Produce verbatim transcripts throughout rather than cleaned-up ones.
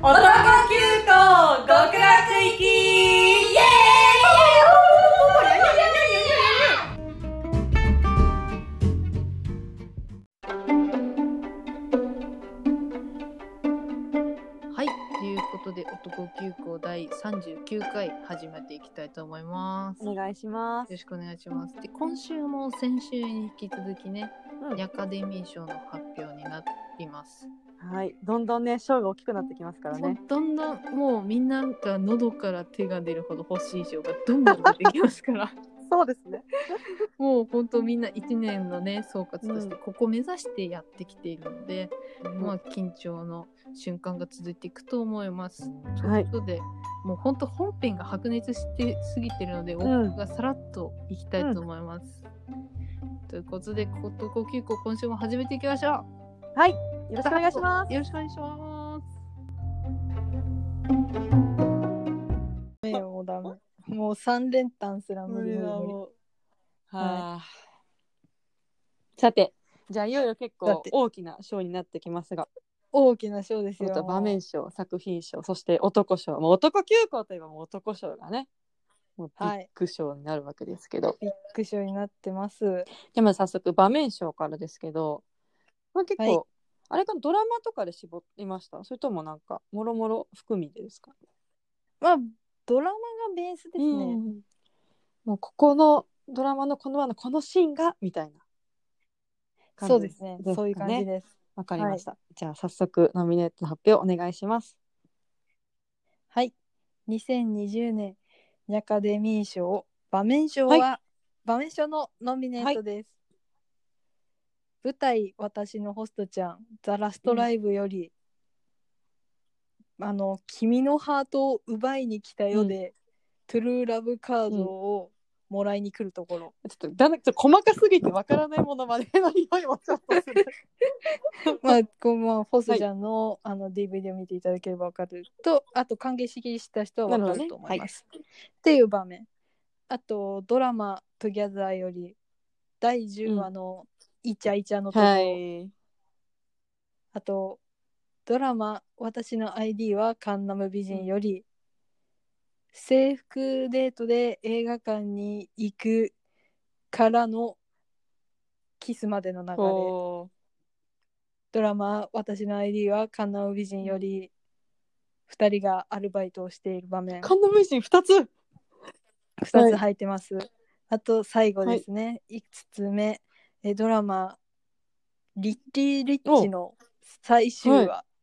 男急行極楽行きイエーイ。 はい、ということで男急行だいさんじゅうきゅうかい始めていきたいと思います。 お願いします。 よろしくお願いします。で、今週も先週に引き続きね、 うん、 アカデミー賞の発表になります。 はい、どんどんね賞が大きくなってきますからね。 どんどんもうみんなが喉から手が出るほど欲しい賞がどんどん出てきますからそうですね。 もう本当みんないちねんのね総括としてうんここ目指してやってきているので、 うん、 まあ緊張の瞬間が続いていくと思います。とはいいうことで、もう本当本編が白熱してすぎてるので、 うん僕がさらっといきたいと思います。うん、ということで男急行今週も始めていきましょう。 はい、よろしくお願いします。 よろしくお願いします。 もうダメ。もう三連単すら無理無理無理。 はあ、さて、じゃあいよいよ結構大きな賞になってきますが、 大きな賞ですよ。 場面賞、作品賞、そして男賞。もう男急行といえばもう男賞がね、もうビッグ賞になるわけですけど、 はい、ビッグ賞になってます。 じゃあまず早速場面賞からですけど、まあ、結構、はい、あれかドラマとかで絞りました？それともなんかもろもろ含みですか？ まあドラマがベースですね。うん、 もうここのドラマのこのこのシーンがみたいな感じ。 そうですね。そういう感じです。 わかりました、はい、じゃあ早速ノミネートの発表お願いします。 はい、にせんにじゅうねんアカデミー賞場面賞は、はい、場面賞のノミネートです。はい、舞台私のホストちゃんザラストライブより、うん、あの君のハートを奪いに来たよで、うん、トゥルーラブカードをもらいに来るところ、 うん、ちょっとだんだんちょっと細かすぎてわからないものまでの匂いもちょっとするまあこうまあホスちゃん の,、はい、あの ディーブイディー を見ていただければ分かると、あと関係識した人は分かると思います、ね、はい、っていう場面。あとドラマトギャザーよりだいじゅうわのイチャイチャのところ、はい、あとドラマ私の アイディー はカンナム美人より、うん、制服デートで映画館に行くからのキスまでの流れ、ドラマ私の アイディー はカンナム美人より、うん、ふたりがアルバイトをしている場面。 カンナム美人ふたつふたつ入ってます、はい、あと最後ですね、はい、いつつめえドラマリッチリッチの最終話、はい、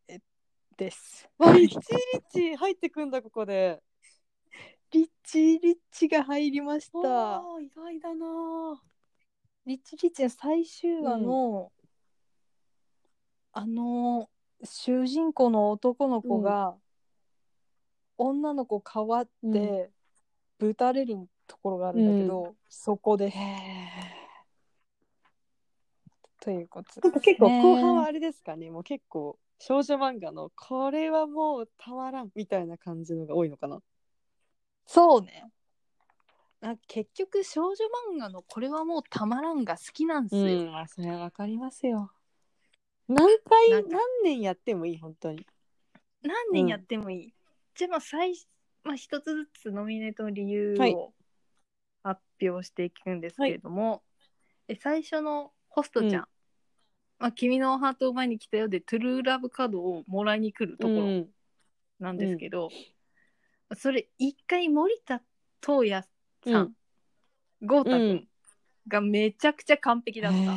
えです。 わリッチリッチ入ってくんだ。ここでリッチリッチが入りました。 意外だな。 リッチリッチの最終話の、うん、あの主人公の男の子が、うん、女の子変わってぶたれるところがあるんだけど、うん、そこです。ということですね。 結構後半はあれですかね、もう結構少女漫画のこれはもうたまらんみたいな感じのが多いのかな。 そうね。あ結局少女漫画のこれはもうたまらんが好きなんですよ。 うん、まあそれはわかりますよ。何回何年やってもいい、本当に何年やってもいい、うん、じゃあまあ最、まあ、一つずつノミネートの理由を発表していくんですけれども、はい、え最初のホストちゃん、うん、まあ、君のハートを前に来たよでトゥルーラブカードをもらいに来るところなんですけど、うん、それ一回森田東也さん、豪太くんがめちゃくちゃ完璧だった、うん、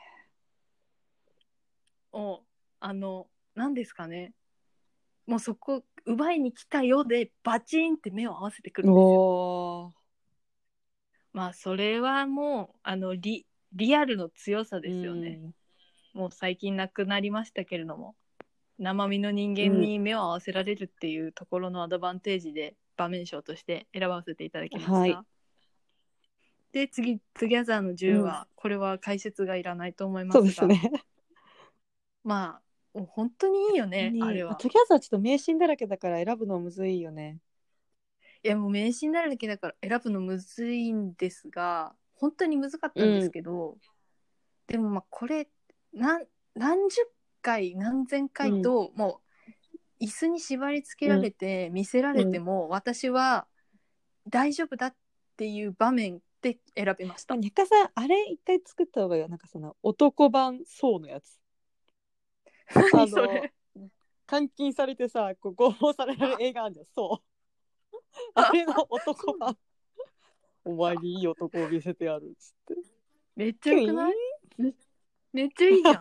おあの何ですかね、もうそこ奪いに来たよでバチンって目を合わせてくるんですよ。まあそれはもうあの リ, リアルの強さですよね、うん、もう最近亡くなりましたけれども生身の人間に目を合わせられるっていうところのアドバンテージで場面賞として選ばせていただきました、はい、で次トゥギャザーのじゅうわ、うん、これは解説がいらないと思いますが、 そうですね。 まあ本当にいいよね、あれは。 トゥギャザーちょっと迷信だらけだから選ぶのむずいよね。 いやもう迷信だらけだから選ぶのむずいんですが、本当にむずかったんですけど、うん、でもまあこれ何何十回何千回と、もう椅子に縛り付けられて見せられても、私は大丈夫だっていう場面で選びました。 にゃかさんあれ一回作った方がいいよ。なんかその男版そうのやつ。 何それ。 監禁されてさ、こう合法される映画あるじゃん。そうあれの男版お前にいい男を見せてやるっつって。 めっちゃよくない？めっちゃいいじゃん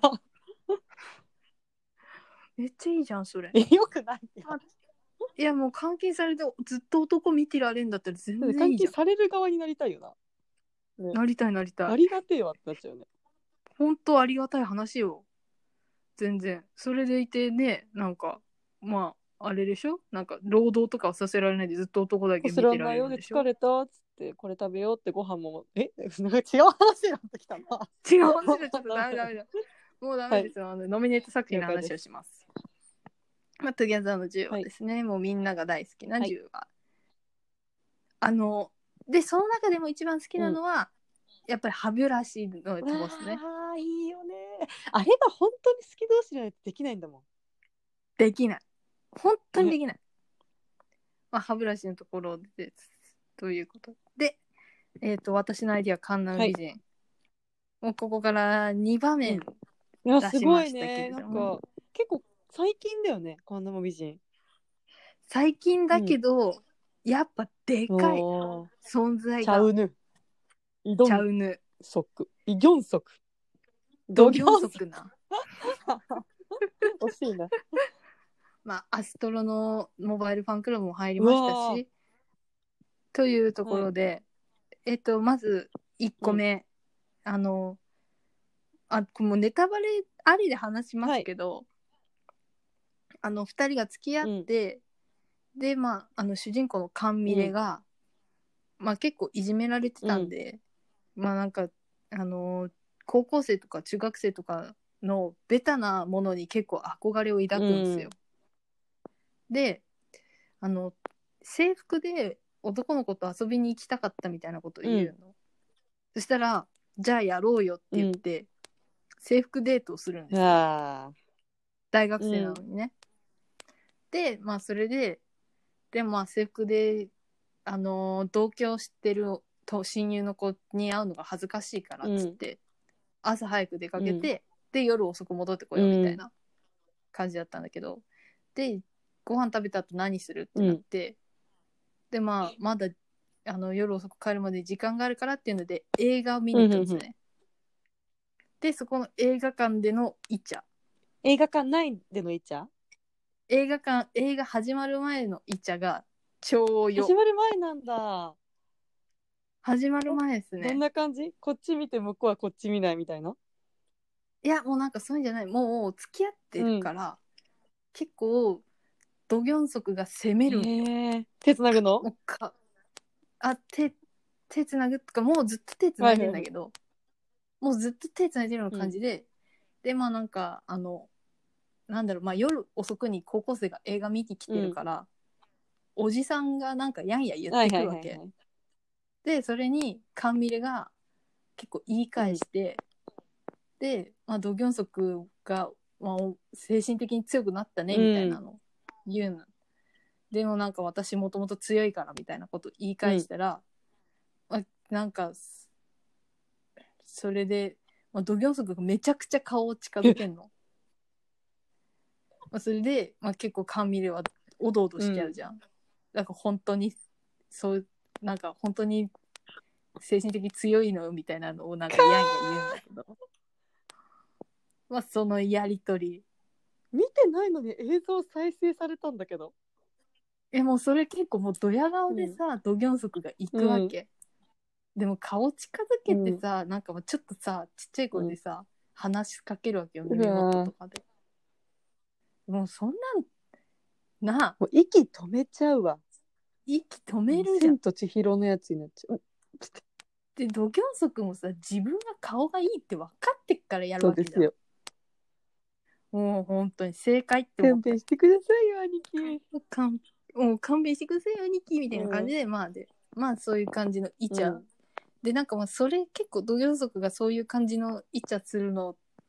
めっちゃいいじゃんそれ。 よくないよ。 いやもう監禁されてずっと男見てられんだったら全然いいじゃん。 監禁される側になりたいよな、 ね、なりたいなりたい。 ありがてえわってなっちゃうよね。 本当ありがたい話よ。全然それでいてね、なんかまああれでしょ、なんか労働とかはさせられないでずっと男だけ見てられるんでしょ。 疲れたっつってこれ食べようってご飯もえなんか違う話になってきたな。 違う話でちょっとダメダメだもうダメですよ、はい、あのノミネート作品の話をします。まあ、トゥギャザーのじゅうはですね、はい、もうみんなが大好きなじゅうは、はい、あのでその中でも一番好きなのは、うん、やっぱり歯ブラシのタコスね。 ああいいよね。あれが本当に好き同士じゃないとできないんだもん。 できない、本当にできない、ね。まあ、歯ブラシのところでということで、えーと、私のアイディアカンナム美人、はい、もうここからにばめん出しましたけれども、うん、いやすごいね。なんか結構最近だよね、カンナム美人。 最近だけど、うん、やっぱでかい存在がちゃうぬちゃうぬそくイギョンソクドギョンソクな惜しいな。 まあアストロのモバイルファンクラブも入りましたしというところで、はい、えっとまずいっこめ、うん、あのあもうネタバレありで話しますけど、はい、あのふたりが付き合って、うん、でまああの主人公のカンミレが、うん、まあ結構いじめられてたんで、うん、まあなんかあの高校生とか中学生とかのベタなものに結構憧れを抱くんですよ、うん、であの制服で男の子と遊びに行きたかったみたいなことを言うの、うん、そしたらじゃあやろうよって言って、うん、制服デートをするんですよ、大学生なのにね、うん、でまあそれででもまあ制服であのー、同居してると親友の子に会うのが恥ずかしいからっつって、うん、朝早く出かけて、うん、で夜遅く戻ってこようみたいな感じだったんだけど、うん、でご飯食べた後何するってなって、うん、でまあまだあの夜遅く帰るまで時間があるからっていうので映画を見に行くんですね、うんうんうん、でそこの映画館でのイチャ映画館内でのイチャ映画館映画始まる前のイチャが超良始まる前なんだ。 始まる前ですね。 どんな感じ？こっち見て向こうはこっち見ないみたいな？ いやもうなんかそういうんじゃない、もう付き合ってるから、うん、結構ドギョンソクが攻めるんよ。 へー、手つなぐの？ もうかあ手手つなぐとかもうずっと手つないでんだけど、はいはいはい、もうずっと手つないでるような感じで、うん、でまあなんかあのなんだろう、まあ夜遅くに高校生が映画見に来てるから、うん、おじさんがなんかやんや言ってくるわけ、はいはいはいはい、でそれにカンミレが結構言い返して、うん、で、まあ、ドギョンソクが、まあ、精神的に強くなったねみたいなのを言うの、うん、でもなんか私もともと強いからみたいなこと言い返したら、うん、なんかそれで、まあ、ドギョンソクがめちゃくちゃ顔を近づけんのまあそれで、まあ、結構カンミレはおどおどしちゃうじゃん、うん、なんか本当にそうなんか本当に精神的に強いのみたいなのをなんかやんや言うんだけどまあそのやりとり見てないのに映像再生されたんだけど、 えもうそれ結構もうドヤ顔でさ、うん、ドギョンソクが行くわけ、うん、でも顔近づけてさ、うん、なんかもうちょっとさちっちゃい声でさ、うん、話しかけるわけよ、耳元とかで、もうそんなんなもう息止めちゃうわ、 息止めるじゃん、 千と千尋のやつになっちゃうでドギョンソクもさ自分が顔がいいって分かってっからやるわけじゃん。そうですよ、もう本当に正解って思った。 勘弁してくださいよ兄貴、 かんもう勘弁してくださいよ兄貴みたいな感じで、うん、まあでまあそういう感じのイチャ、うん、でなんかまあそれ結構ドギョンソクがそういう感じのイチャするの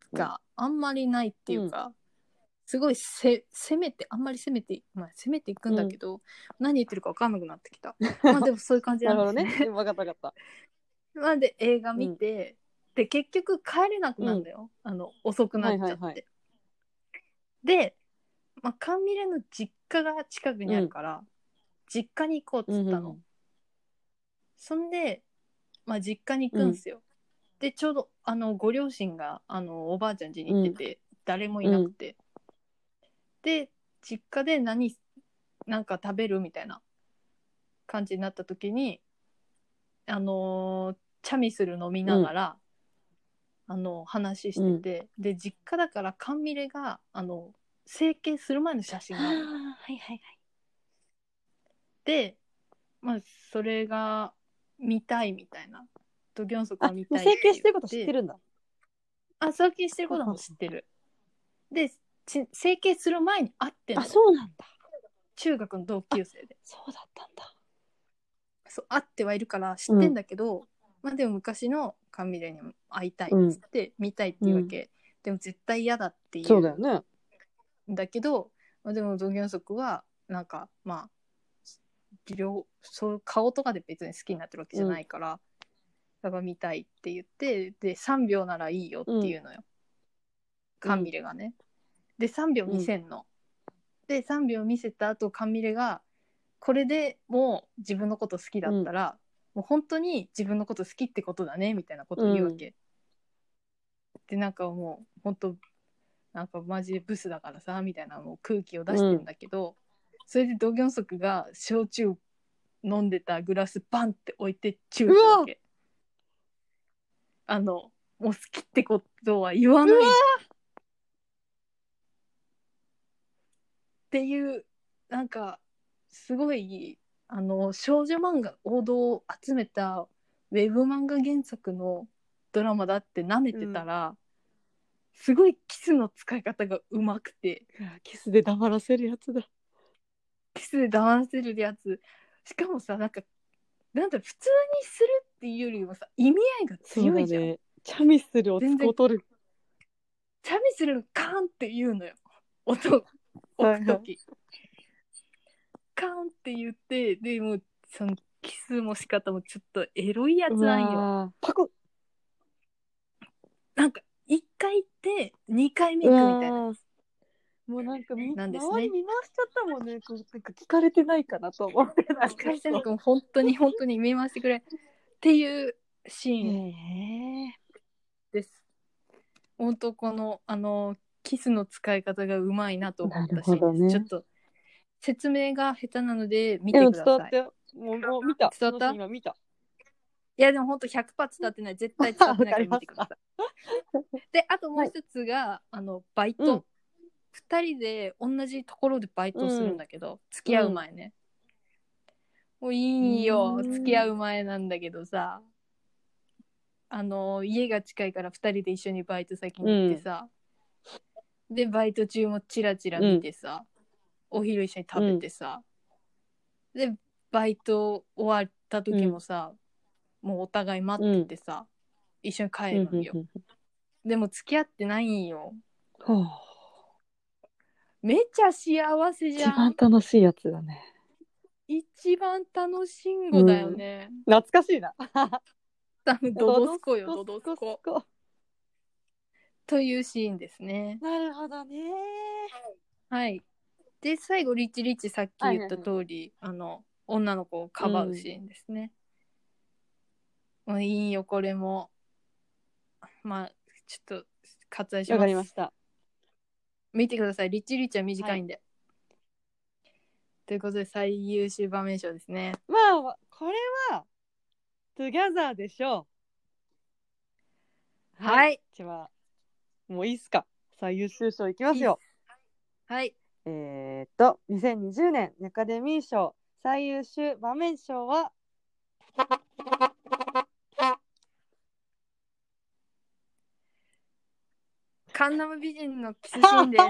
があんまりないっていうか、うん、すごいせ攻めてあんまり攻めて、まあ、攻めていくんだけど、うん、何言ってるか分かんなくなってきた。まあでもそういう感じなんですね。 なるほどね。分かった分かった。 まあで映画見て、うん、で結局帰れなくなるんだよ、うん、あの遅くなっちゃって。はいはいはい、で、まあ、カンミレの実家が近くにあるから、うん、実家に行こうっつったの。うん、そんで、まあ、実家に行くんすよ。うん、でちょうどあのご両親があのおばあちゃん家に行ってて、うん、誰もいなくて、で実家で何なんか食べるみたいな感じになった時にあのー、チャミスル飲みながら、うん、あの話してて、うん、で実家だからカンミレがあの整形する前の写真がある。はいはいはい。で、まあそれが見たいみたいな。ドギョンソクが見たいって言って。 整形してること知ってるんだ。 あ、整形してることも知ってる。で、整形する前に会ってんの。 あ、そうなんだ。 中学の同級生で。 そうだったんだ。 そう、会ってはいるから知ってんだけど、うん、まあでも昔のカンミレにも会いたいっつって、うん、見たいっていうわけ。うん、でも絶対嫌だっていう。 そうだよね。 だけど、まあ、でもドギョンソクはなんかまあ両そう顔とかで別に好きになってるわけじゃないから、うん、だから見たいって言ってでさんびょうならいいよっていうのよ、うん、カンミレがね。でさんびょう見せんの、うん、でさんびょう見せた後カンミレがこれでもう自分のこと好きだったら、うん、もう本当に自分のこと好きってことだねみたいなことを言うわけ、うん、でなんかもう本当なんかマジでブスだからさみたいなもう空気を出してんだけど、うん、それでドギョンソクが焼酎飲んでたグラスバンって置いてチューするわけ。あのもう好きってことは言わないっていうなんかすごいあの少女漫画王道を集めたウェブ漫画原作のドラマだって舐めてたら、うん、すごいキスの使い方がうまくて、 キスで黙らせるやつだ。 キスで黙らせるやつ。しかもさなんかなんだ普通にするっていうよりもさ意味合いが強いじゃん。ね、 チャミスルをつこ取る。 チャミスルカーンって言うのよ。音を置くとき、はいはい、カーンって言ってでもそのキスも仕方もちょっとエロいやつなんよ。パコなんかいっかい行ってにかいめ行くみたいな。 もうなんかみなんです、ね、周り見回しちゃったもんね。こうなんか聞かれてないかなと思って聞かれてないかも本当に本当に見回してくれっていうシーンです。本当このあのキスの使い方がうまいなと思ったシーンです、ね、ちょっと説明が下手なので見てください。 もう、もう見た。 伝わった？ 今見た。 いやでも本当 ひゃくパーセント 伝わってない。絶対伝わってないから見てください。であともう一つが、はい、あのバイト、うん、ふたりで同じところでバイトをするんだけど、うん、付き合う前ね、うん、もういいよ付き合う前なんだけどさあの家が近いからふたりで一緒にバイト先に行ってさ、うん、でバイト中もチラチラ見てさ、うん、お昼一緒に食べてさ、うん、でバイト終わった時もさ、うん、もうお互い待っててさ、うん、一緒に帰るんよ、うん、でも付き合ってないんよ、はあ、めっちゃ幸せじゃん。 一番楽しいやつだね。 一番楽しんごだよね、 うん、懐かしいな多分ドドスコよドドスコというシーンですね。 なるほどね。 はい。で最後リッチリッチさっき言った通り、はいはいはい、あの女の子をかばうシーンですね、うん、もういいよこれもまあちょっと割愛します。 わかりました。 見てください。リッチリッチは短いんで、はい、ということで最優秀場面賞ですね。 まあこれはトゥギャザーでしょう。 はい、はい、 じゃあもういいっすか。最優秀賞いきますよ。 はい。 えー、っとにせんにじゅうねんアカデミー賞最優秀場面賞はカンナム美人のキスシーンです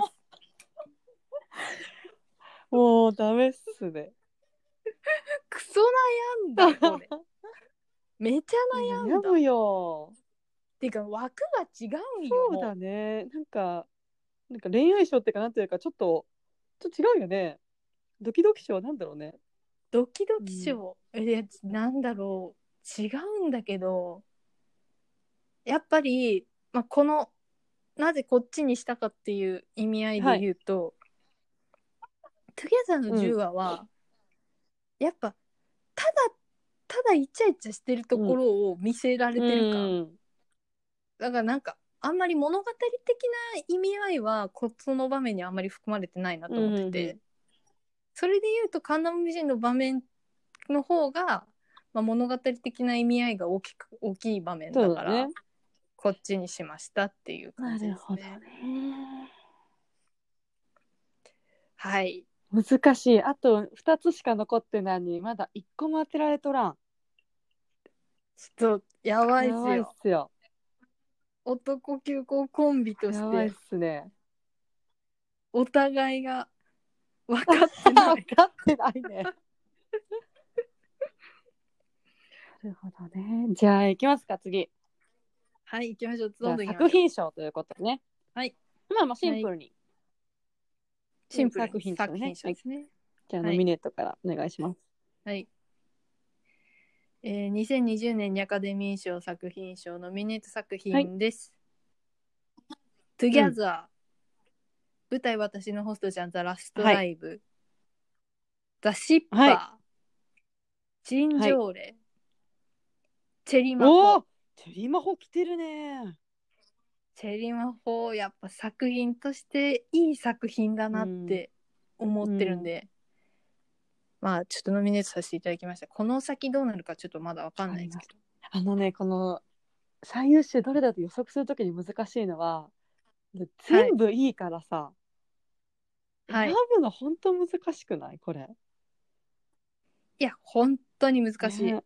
もうダメっすね。 クソ悩んだこれめちゃ悩んだ。 悩むよ。 ていうか枠が違うんよ。 そうだね。なんかなんか恋愛賞ってかなんていうかちょっとちょっと違うよね。ドキドキ賞なんだろうね。 ドキドキ賞、うん、えなんだろう、違うんだけど、やっぱり、まあ、このなぜこっちにしたかっていう意味合いで言うと、はい、トゥギャザーのじゅうわは、うん、やっぱただただイチャイチャしてるところを見せられてるか、うん、だからなんかあんまり物語的な意味合いはこその場面にあんまり含まれてないなと思ってて、うんうんうん、それで言うとカンナム美人の場面の方が、まあ、物語的な意味合いが大きく大きい場面だから、ね、こっちにしましたっていう感じですね。なるほどね。はい。 難しい。あとふたつしか残ってないのにまだいっこも当てられとらん。 ちょっとやばいっすよ。 やばいっすよ。 男急行コンビとしてやばいっすね。 お互いが分かってない分かってないね。なるほどね。じゃあ行きますか次。 はい行きましょう。どんどん作品賞ということでね。 はい。 まあまあシンプルに。はい、 シンプルに作品賞ね。 作品賞ですね。 はい、じゃあノミネートからお願いします。 はい。えー、にせんにじゅうねんにアカデミー賞作品賞ノミネート作品です。はい、Together、うん、舞台私のホストちゃんザラストライブ、はい、ザシッパー、はい、ジンジョーレ、はい、チェリマホ。 チェリマホ来てるね。 チェリマホやっぱ作品としていい作品だなって思ってるんで、うんうん、まあちょっとノミネートさせていただきました。この先どうなるかちょっとまだ分かんないですけど、 あのねこの最優秀どれだと予測するときに難しいのは全部いいからさ、はい、選ぶの本当難しくないこれ。 いや本当に難しい、ね、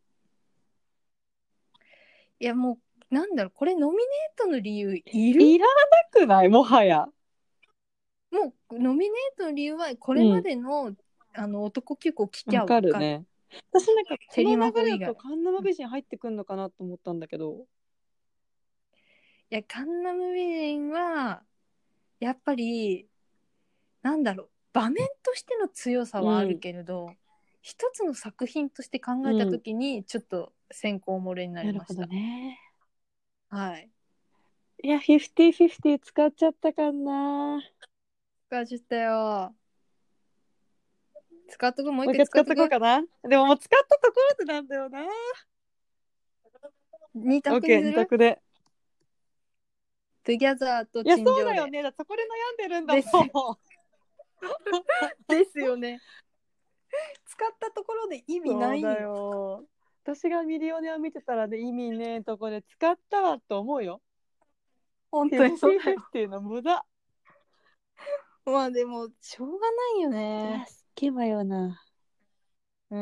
いやもうなんだろうこれノミネートの理由いる？ いらなくない？もはやもうノミネートの理由はこれまでの、うん、あの男急行聞きゃ分かる。わかるね。私なんかこの流れだとカンナム美人入ってくんのかなと思ったんだけど、 いやカンナム美人はやっぱりなんだろう場面としての強さはあるけれど、うん、一つの作品として考えたときにちょっと先行漏れになりました。 なるほどね。 はい。 いやフィフティフィフティ使っちゃったかな。 使っちゃったよ。使っとくもう一回使っとこうかな。でももう使ったところでなんだよな。 二択にする？ OK 二択で。 Together とチンジョーレ。いやそうだよね。だってそこで悩んでるんだもん。 ですよね。使ったところで意味ない。 そうだよ。私がミリオネを見てたらね意味ねえとこで使ったわと思うよ。 本当にそうだよ。 っていうの無駄。 まあでもしょうがないよね。 いやすっげえ迷うな。 うん。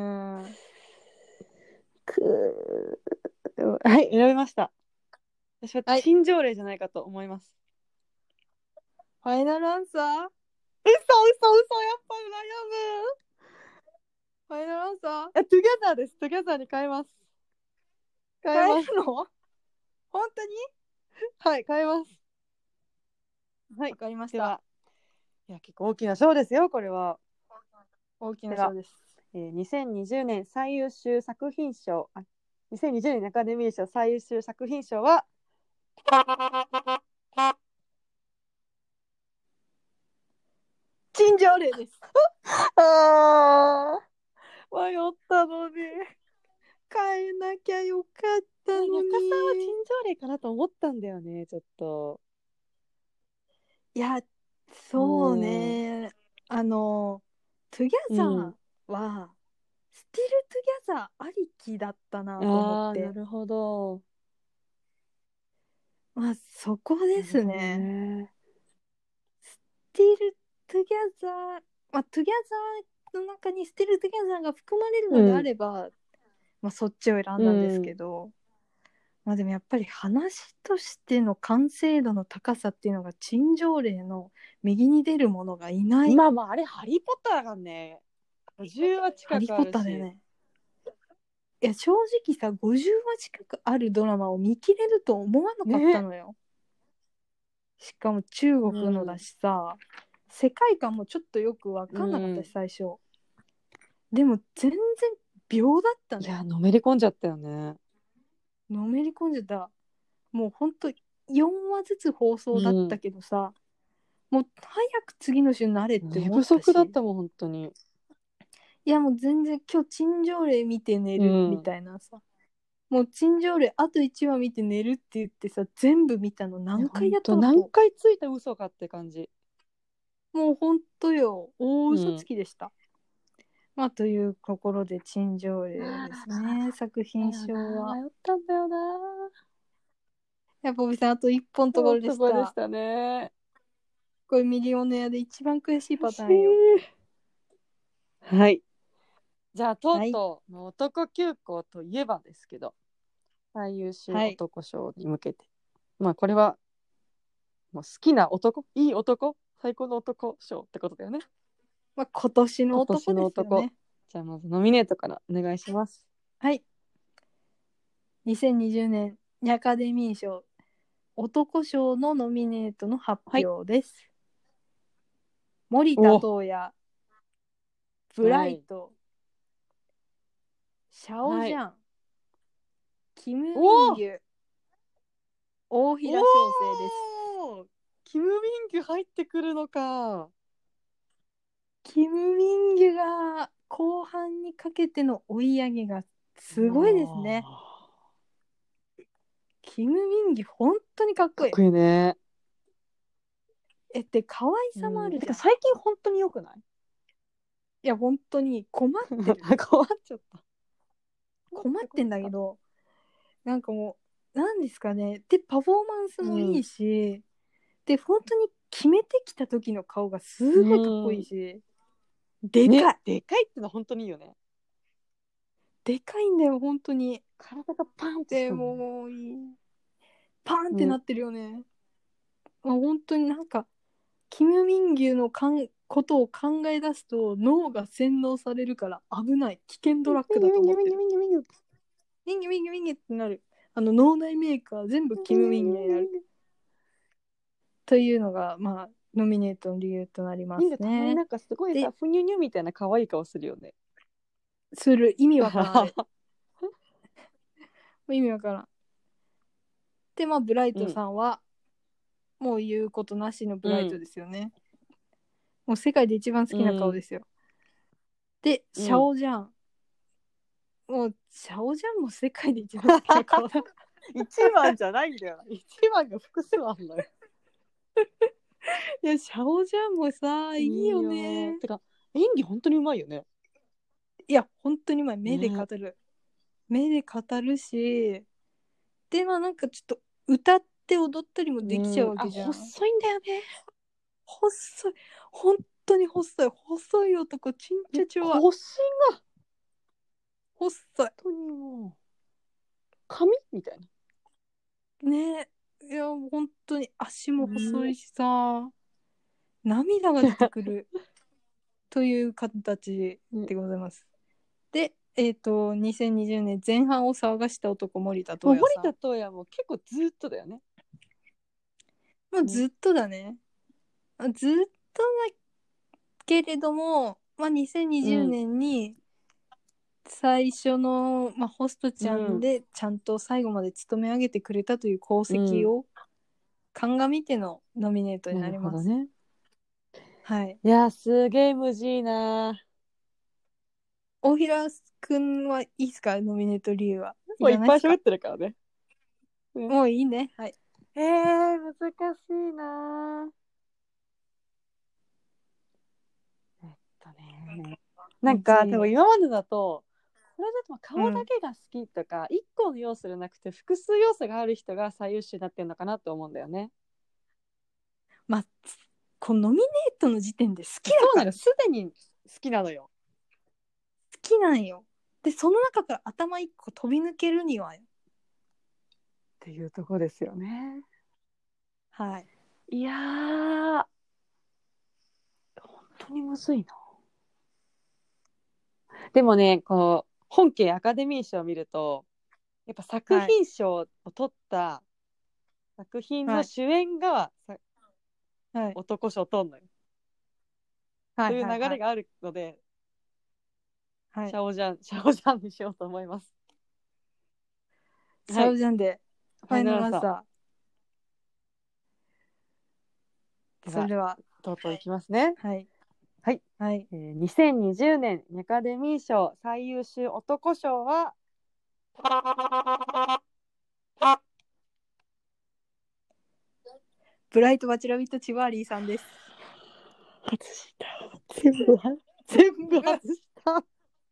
くーはい選びました。私はチンジョーレじゃないかと思います。 はい、ファイナルアンサー？嘘嘘嘘やっぱ悩む。 ファイナルアンサー？ え、トゥギャザーです。トゥギャザーに変えます。 変えます。変えるの？本当に？ はい、変えます。はい、 わかりました。 いや、結構大きな賞ですよ、これは。 大きな賞です。 えー、にせんにじゅうねん最優秀作品賞、あ、にせんにじゅうねんアカデミー賞最優秀作品賞は、 チンジョーレです。 あー、迷ったのに。 変えなきゃよかったのに。 中さんはチンジョーレかなと思ったんだよね、ちょっと。 いや、そうね。あの、トゥギャザーは、スティルトゥギャザーありきだったなと思って。 あー、なるほど。 まあ、そこですね。ねスティルトゥギャザー、まあ、トゥギャザーの中にスティルトゥギャザーが含まれるのであれば、うん、まあ、そっちを選んだんですけど、うん、まあでもやっぱり話としての完成度の高さっていうのがチンジョーレーの右に出るものがいない。 まあまああれハリーポッターがねじゅうは近くあるし。ハリーポッターだよね。 いや正直さごじゅうわ近くあるドラマを見切れると思わなかったのよ、ね、しかも中国のだしさ、うん、世界観もちょっとよく分かんなかったし、うん、最初でも全然秒だったね。 いやのめり込んじゃったよね。 のめり込んじゃった。もうほんとよんわずつ放送だったけどさ、うん、もう早く次の週慣れって思ったし、 寝不足だったもん本当に。 いやもう全然今日陳情令見て寝るみたいなさ、うん、もう陳情令あといちわ見て寝るって言ってさ全部見たの何回やったの。 何回ついた嘘かって感じ。 もうほんとよ大嘘つきでした、うん、まあというところで陳情令ですね。作品賞は迷ったんだよな。 やっぱボビさんあといっぽんところでした。 でしたね。 これミリオネアで一番悔しいパターンよ。 はい。じゃあとうとう、はい、男急行といえばですけど最優秀男賞に向けて、はい、まあこれはもう好きな男、いい男、最高の男賞ってことだよね。 まあ今年の男ですよね。今年の男。 じゃあまずノミネートからお願いします。 はい。にせんにじゅうねんアカデミー賞男賞のノミネートの発表です。はい、森田東也、ブライト、はい、シャオジャン、はい、キム・ミンギュ、大平翔生です。 キム・ミンギュ入ってくるのか。 キム・ミンギュが後半にかけての追い上げがすごいですね。キム・ミンギュ本当にかっこいい。 かっこいいね。 えって可愛さもあるじゃん。 うん、てか最近本当に良くない？ いや本当に困ってる。 困っちゃった。 困ってんだけど、なんかもうなんですかね。でパフォーマンスもいいし、うん、で本当に決めてきた時の顔がすごいかっこいいし、うん、でかい、 ね、でかいってのは本当にいいよね。 でかいんだよ本当に。 体がパンってしてる、ね、 もういいパンってなってるよね。うん、本当になんかキム・ミンギュのかんことを考え出すと脳が洗脳されるから危ない危険ドラッグだと思ってる。ミンギュミンギュミンギュミンギュミンギュミンギュってなる。あの脳内メーカー全部キム・ミンギュになるというのがまあノミネートの理由となりますね。 たまになんかすごいさふにゅにゅみたいな可愛い顔するよね。 する。意味わからん意味わからん。でまあブライトさんは、うん、もう言うことなしのブライトですよね、うん、もう世界で一番好きな顔ですよ、うん、でシャオジャン、うん、もうシャオジャンも世界で一番好きな顔だ一番じゃないんだよ。一番が複数あんのよいやシャオジャンもさいいよね。 いいてか演技本当にうまいよね。 いや本当にうまい。目で語る、ね、目で語るし、でまあなんかちょっと歌って踊ったりもできちゃうわけじゃん。 ん細いんだよね。 細い本当に細い細い男ちんちゃちは腰が細い本当にもう髪みたいなね。いや本当に足も細いしさ、涙が出てくるという形でございます、うん、でえっ、ー、とにせんにじゅうねん前半を騒がした男森田東也さん。 森田東也も結構ずっとだよね。 まあずっとだね、うん、ずっとだけれども、まあ、にせんにじゅうねんに最初の、まあ、ホストちゃんでちゃんと最後まで務め上げてくれたという功績を鑑みてのノミネートになります、ね、はい。 いやすげえ無事な。 大平くんはいいですか？ノミネート理由は。 もういっぱい喋ってるからね。 もういいね。はい。 えー、難しいな。えっとねなんか多分今までだとこれだと顔だけが好きとか、うん、いっこの要素じゃなくて複数要素がある人が最優秀になってるのかなと思うんだよね。 まあこのノミネートの時点で好きだからすでに好きなのよ。 好きなんよ。でその中から頭いっこ飛び抜けるにはよっていうとこですよね。 はい。 いやー本当にむずいな。でもねこう本家アカデミー賞を見るとやっぱ作品賞を取った作品の主演が、 はい、 男賞を取るのよ、 はい、 という流れがあるので、はい、シャオジャンシャオジャンにしようと思います。 シャオジャンでファイナルアンサー。それではとうとういきますね。 はいはい、 はい、 えー、にせんにじゅうねんアカデミー賞最優秀男賞はブライト・バチラビット・チワーリーさんです。 外した。全部全部外した。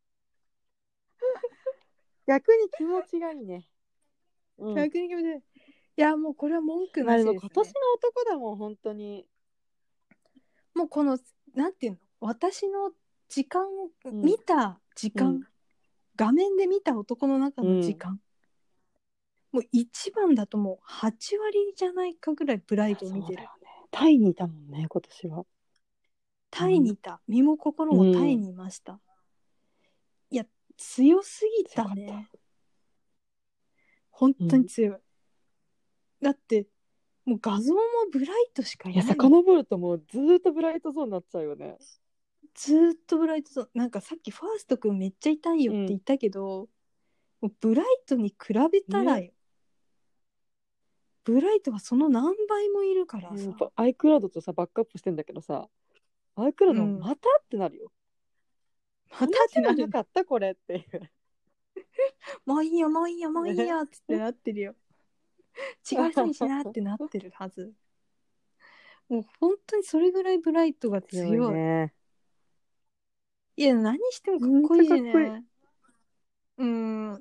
逆に気持ちがいいね。 うん、逆に気持ちがいい。いやもうこれは文句なしですね。まあ、でも今年の男だもん本当に。 もうこのなんていうの、私の時間、うん、見た時間、うん、画面で見た男の中の時間、うん、もう一番だともうはちわりじゃないかぐらいブライトを見てる。 そうだよね。タイにいたもんね今年は。 タイにいた、身も心もタイにいました。うん、いや強すぎたね。本当に強い。うん、だってもう画像もブライトしかいない。 いや遡るともうずっとブライトゾーンになっちゃうよね。 ずっとブライトゾーン。なんかさっきファーストくんめっちゃ痛いよって言ったけど、うん、もうブライトに比べたらよ、ね、ブライトはその何倍もいるからさ。 アイクラウドとさバックアップしてんだけどさ、アイクラウドまたってなるよ。またってなる。なかったこれっていう。 もういいよもういいよもういいよってなってるよ。違いそうにしなってなってるはず。もう本当にそれぐらいブライトが強い。強いね。いや何してもかっこいいしね。かっこいい。うん、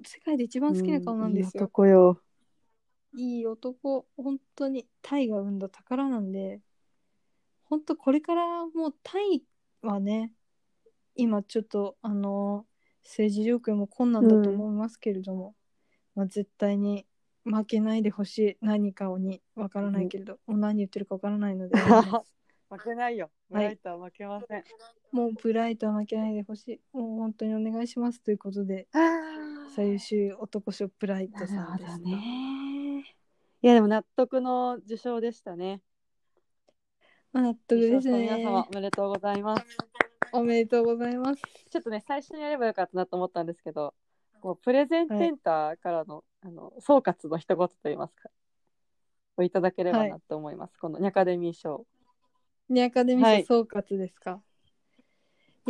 世界で一番好きな顔なんですよ。 いい男よ。 いい男、本当にタイが生んだ宝なんで、本当これからもうタイはね、今ちょっとあの政治状況も困難だと思いますけれども、うん、まあ、絶対に負けないでほしい。何かにわからないけれど、うん、何言ってるかわからないので負けないよ。ブライトは負けません。はい、 もうブライトは負けないでほしい。もう本当にお願いしますということで、最優秀男賞ブライトさんでした。 ね。いやでも納得の受賞でしたね。 まあ、納得ですね。 皆様おめでとうございます。 おめでとうございます。 ちょっとね最初にやればよかったなと思ったんですけど、こうプレゼンテンターからの、はい、あの総括の一言といいますかをいただければなと思います。はい、このニャカデミー賞。 ニャカデミー賞総括ですか。はい、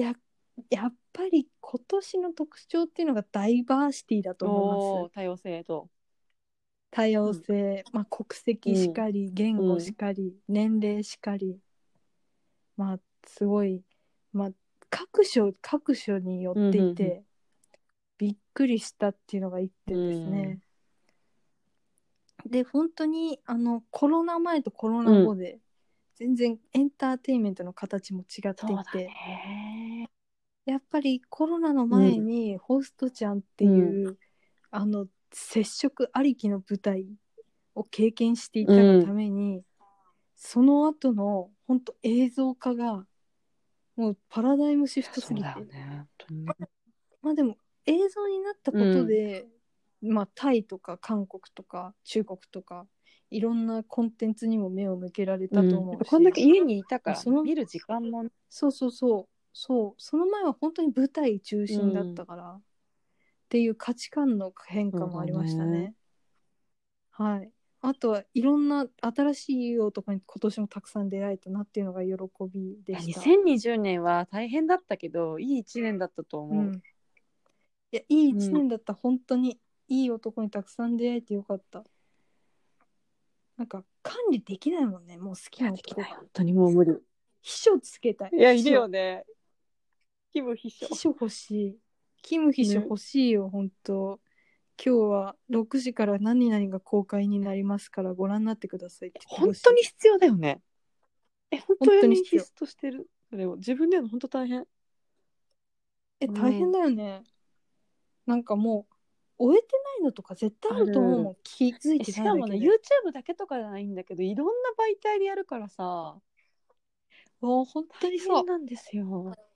ややっぱり今年の特徴っていうのがダイバーシティだと思います。 多様性と多様性、うん、まあ、国籍しかり、うん、言語しかり、うん、年齢しかり、まあすごい、まあ、各所各所によっていて、うんうんうん、びっくりしたっていうのが一点ですね。うん、で本当にあのコロナ前とコロナ後で、うん、全然エンターテインメントの形も違っていて、ね、やっぱりコロナの前にホストちゃんっていう、うん、あの接触ありきの舞台を経験していたがために、うん、その後の本当映像化がもうパラダイムシフトすぎて、ね、まあでも映像になったことで、うん、まあタイとか韓国とか中国とかいろんなコンテンツにも目を向けられたと思うし、うん、 こんだけ家にいたからその見る時間も、ね、 そうそうそうそうその前は本当に舞台中心だったから、うん、っていう価値観の変化もありましたね。はい。あとはいろんな新しい男に今年もたくさん出会えたなっていうのが喜びでした。 にせんにじゅうねんは大変だったけどいいいちねんだったと思う。うん、 いやいいいちねんだった、うん、本当にいい男にたくさん出会えてよかった。なんか管理できないもんね、もう好きな男が。 本当にもう無理。 秘書つけたい。 いやいるよね。キム秘書。 秘書欲しい。キム秘書欲しいよ、ね、本当。今日はろくじから何々が公開になりますからご覧になってくださいって言ってほしい。本当に必要だよね。え、本当に必須としてる。それを自分でやるの本当大変。 え、大変だよね。うん、なんかもう終えてないのとか絶対あると思うもん。気づいてないだけで。 しかもね YouTube だけとかじゃないんだけどいろんな媒体でやるからさ。 もう本当にそうなんですよ。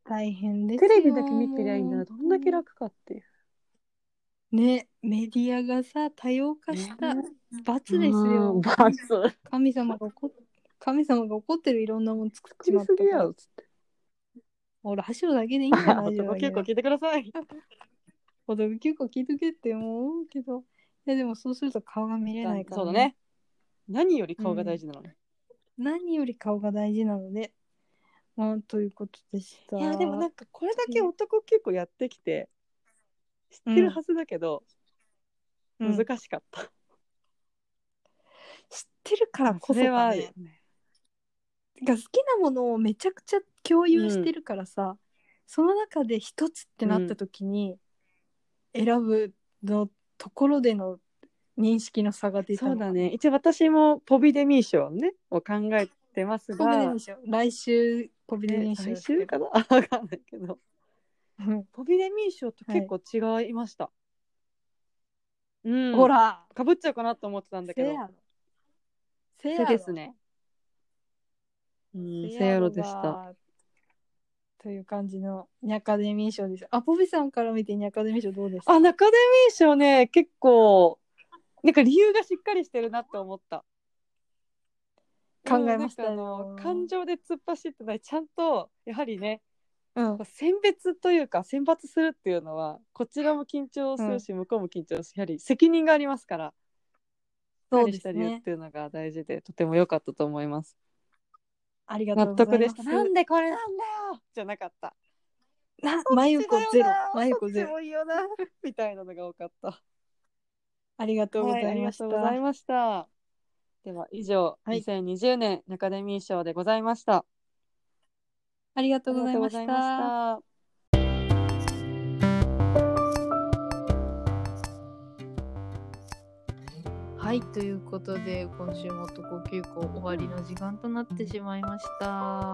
大変ですよ。 テレビだけ見てりゃいいならどんだけ楽かっていう。 ね、メディアがさ多様化したね罰ですよ。 罰。 神様が怒っ神様が怒ってるいろんなもん作っち作りまったからすぎやろ。つって。 俺箸だけでいいんだよラジオ男だけ結構聞いてください。 男結構聞いとけって思うけど、いやでもそうすると顔が見れないから、 そうだね。何より顔が大事なのね。 何より顔が大事なので、まあということでした。 いやでもなんかこれだけ男結構やってきて知ってるはずだけど、 うん、 難しかった。 知ってるからこそかね。が好きなものをめちゃくちゃ共有してるからさ、うん、その中で一つってなった時に選ぶのところでの認識の差が出たの。 そうだね。一応私もポビデミー賞ねを考えてますが、 ポビデミー賞来週ポビデミー賞、 ね、来週かなあ分かんないけどポビデミー賞と結構違いました、はい、うん、 ほらかぶっちゃうかなと思ってたんだけどせやろせやろですね。うん、せやろでした。 という感じのニャカデミー賞です。あ、ポビさんから見てニャカデミー賞どうですか？ あ、ニャカデミー賞ね、結構なんか理由がしっかりしてるなって思った。 考えましたよ。 うん、なんかあの感情で突っ走ってない、ちゃんとやはりね、 うん、 選別というか選抜するっていうのはこちらも緊張するし、うん、向こうも緊張するし、やはり責任がありますから、 そうですね、 しっかりした理由っていうのが大事でとても良かったと思います。 ありがとうございます。 納得でした。なんでこれなんだよじゃなかった。 な、マユコゼロ、マユコゼロ。 そっちもいいよなみたいなのが多かった。 ありがとうございました。 はい、ありがとうございました。では以上、はい、にせんにじゅうねんニャカデミー賞でございました。 ありがとうございました。はい、ということで今週も男急行終わりの時間となってしまいました。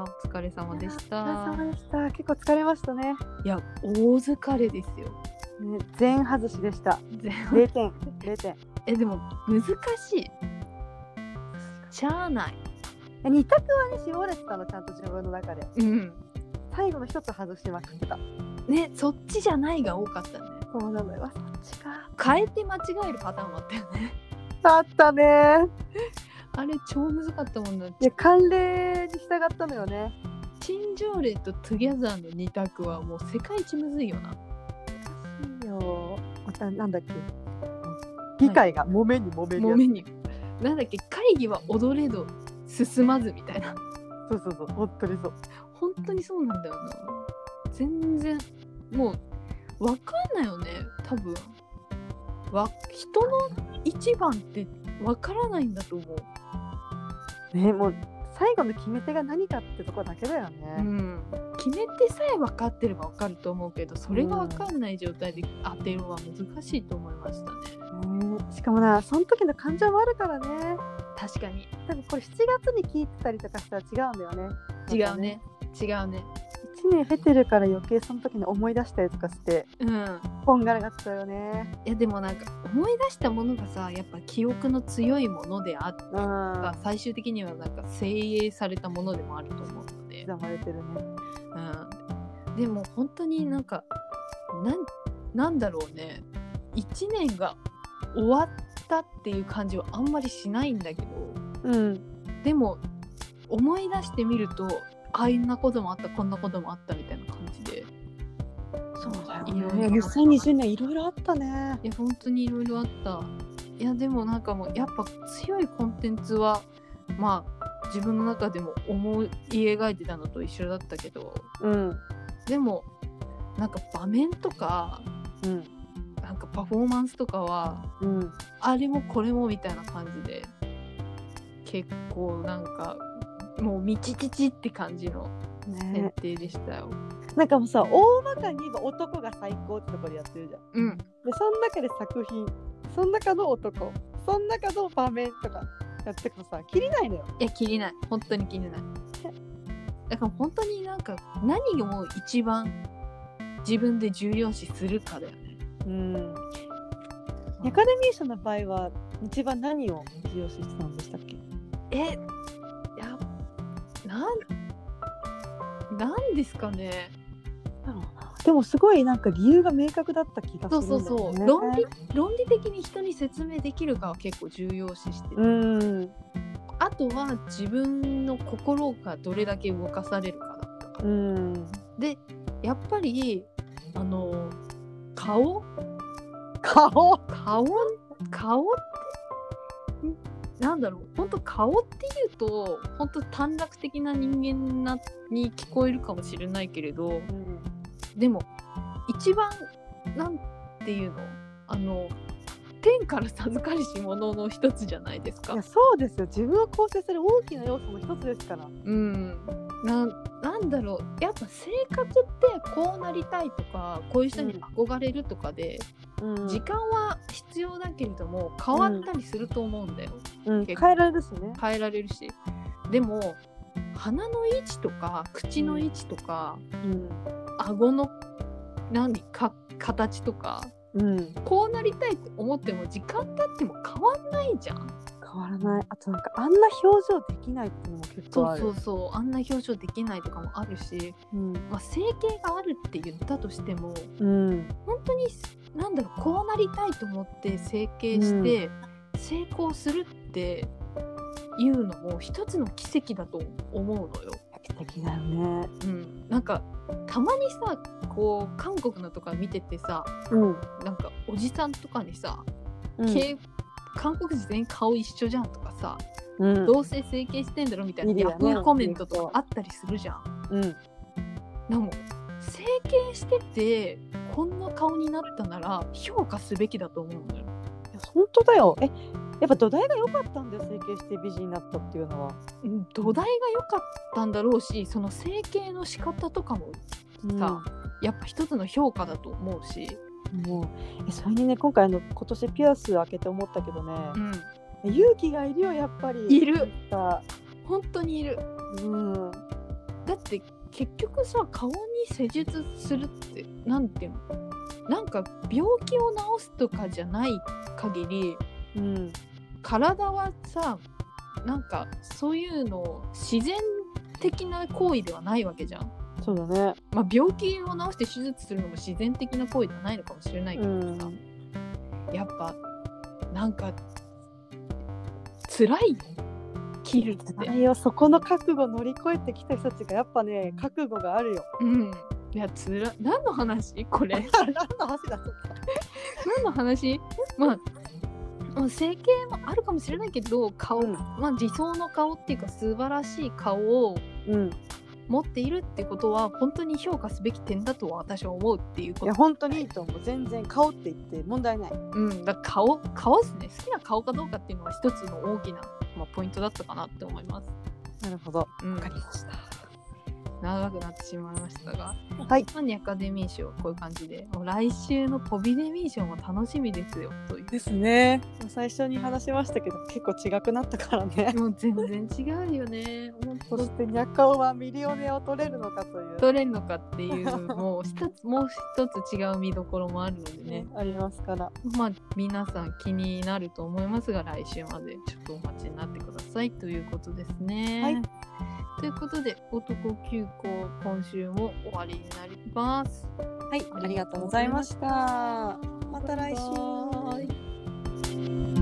お疲れ様でした。 お疲れ様でした。結構疲れましたね。 いや、大疲れですよ。 ね、全外しでした。ゼロてん、ゼロてん。 え、でも難しい。しゃあない。 に択はね、絞れてたの、ちゃんと自分の中で。 うん。 最後の一つ外しまくってた。 ね、そっちじゃないが多かったね。 そうなのよ。そっちか。 変えて間違えるパターンもあったよね。 あったね。 あれ超難かったもんだって。 いや、慣例に従ったのよね。 陳情令とトゥギャザーのに択はもう世界一むずいよな。 難しいよ。またなんだっけ。議会が揉めに揉めに。 揉めに。なんだっけ、会議は踊れど進まずみたいな。 そうそうそう、本当にそう。 本当にそうなんだよな。全然もう分かんないよね、多分。わ人の一番って分からないんだと思う。ね、もう最後の決め手が何かってとこだけだよね。 うん。決め手さえ分かってれば分かると思うけど、それが分かんない状態で当てるのは難しいと思いましたね。 ね、しかもな、その時の感情もあるからね。 確かに。 多分これしちがつに聞いてたりとかしたら違うんだよね。 違うね。違うね。 いちねん経てるから余計その時に思い出したりとかして、うん、こんがらがったよね。 いやでもなんか思い出したものがさ、やっぱ記憶の強いものであって、うん、最終的にはなんか精鋭されたものでもあると思うので。 刻まれてるね。 うん。でも本当になんかなんなんだろうね。いちねんが終わったっていう感じはあんまりしないんだけど、うん、でも思い出してみると、あんなこともあった、こんなこともあったみたいな感じで。 そうだよね。にせんにじゅうねんいろいろあったね。 いや本当にいろいろあった。いやでもなんかもうやっぱ強いコンテンツはまあ自分の中でも思い描いてたのと一緒だったけど、うん、でもなんか場面とか、うん、なんかパフォーマンスとかは、うん、あれもこれもみたいな感じで結構なんかもうみちちちって感じの設定でしたよ、ね、 なんかもうさ、大まかに言えば男が最高ってところでやってるじゃん、うん、でその中で作品、その中の男、その中の場面とかやってくとさ、切りないのよ。 いや切りない、本当に切りない。だから本当になんか何を一番自分で重要視するかだよね。うん。 アカデミー賞の場合は一番何を重要視してたんでしたっけ？ え、いや、なんなんですかね。 でもすごいなんか理由が明確だった気がするんだよね。 そうそうそう、論理論理的に人に説明できるかは結構重要視してて、 うんあとは自分の心がどれだけ動かされるかだったから、 うん、 でやっぱりあの顔顔顔顔ってなんだろう、本当顔っていうと本当短絡的な人間なに聞こえるかもしれないけれど、 うんでも一番なんていうの、あの天から授かりし者の一つじゃないですか。 いやそうですよ、自分を構成する大きな要素の一つですから。 うんな、なんだろう、やっぱ性格ってこうなりたいとかこういう人に憧れるとかで、 うん、 時間は必要だけれども変わったりすると思うんだよ、 うん、変結構えられるしね。 変えられるし、でも鼻の位置とか口の位置とか、 うん顎の何か形とか、 うん、 こうなりたいって思っても時間経っても変わんないじゃん。 変わらない。あとなんかあんな表情できないっていうのも結構ある。 そうそうそう、あんな表情できないとかもあるし、 うんまあ、整形があるって言ったとしてもうん本当になんだろう、こうなりたいと思って整形して成功するっていうのも一つの奇跡だと思うのよ。 奇跡だよね。 うん、なんかたまにさこう韓国のとか見ててさ、 うんなんかおじさんとかにさ、 うんけ韓国人全員顔一緒じゃんとかさ、 うんどうせ整形してんだろみたいなヤいるよねフーコメントとかあったりするじゃん。 うんでも整形しててこんな顔になったなら評価すべきだと思うのよ。 いや本当だよ。えやっぱ土台が良かったんだよ、整形して美人になったっていうのは。 うん土台が良かったんだろうし、その整形の仕方とかもさ、やっぱ一つの評価だと思うし、 もうえそれにね、今回の今年ピアス開けて思ったけどね、 うん、 勇気がいるよやっぱり。 いる、本当にいる。 うん、 だって結局さ、顔に施術するってなんていうの、なんか病気を治すとかじゃない限り、 うん、 体はさ、なんかそういうの自然的な行為ではないわけじゃん。 そうだね。 まあ病気を治して手術するのも自然的な行為ではないのかもしれないけどさ、うん、やっぱなんか辛いよ、切るって辛いよ。そこの覚悟乗り越えてきた人たちがやっぱね、覚悟があるよ。 うん、いやつら何の話これ何の話だそっか何の話まあ整形もあるかもしれないけど、顔、うん、まあ理想の顔っていうか素晴らしい顔を持っているってことは本当に評価すべき点だとは私は思うっていうこと。 いや本当にいいと思う。全然顔って言って問題ない。 うん、だから顔顔ですね。好きな顔かどうかっていうのは一つの大きな、まあ、ポイントだったかなって思います。 なるほど、 うん、 わかりました。 長くなってしまいましたが、 はい、 マニアカデミー賞こういう感じで、もう来週のポビデミー賞も楽しみですよという。 ですね。最初に話しましたけど結構違くなったからね。 もう全然違うよね。 そしてニャカオはミリオネを取れるのかという取れるのかっていうもう一つもう一つ違う見どころもあるのでね、 ありますから、 まあ皆さん気になると思いますが、来週までちょっとお待ちになってくださいということですね。はい、ということで男急行今週も終わりになります。 はい、ありがとうございました。また来週。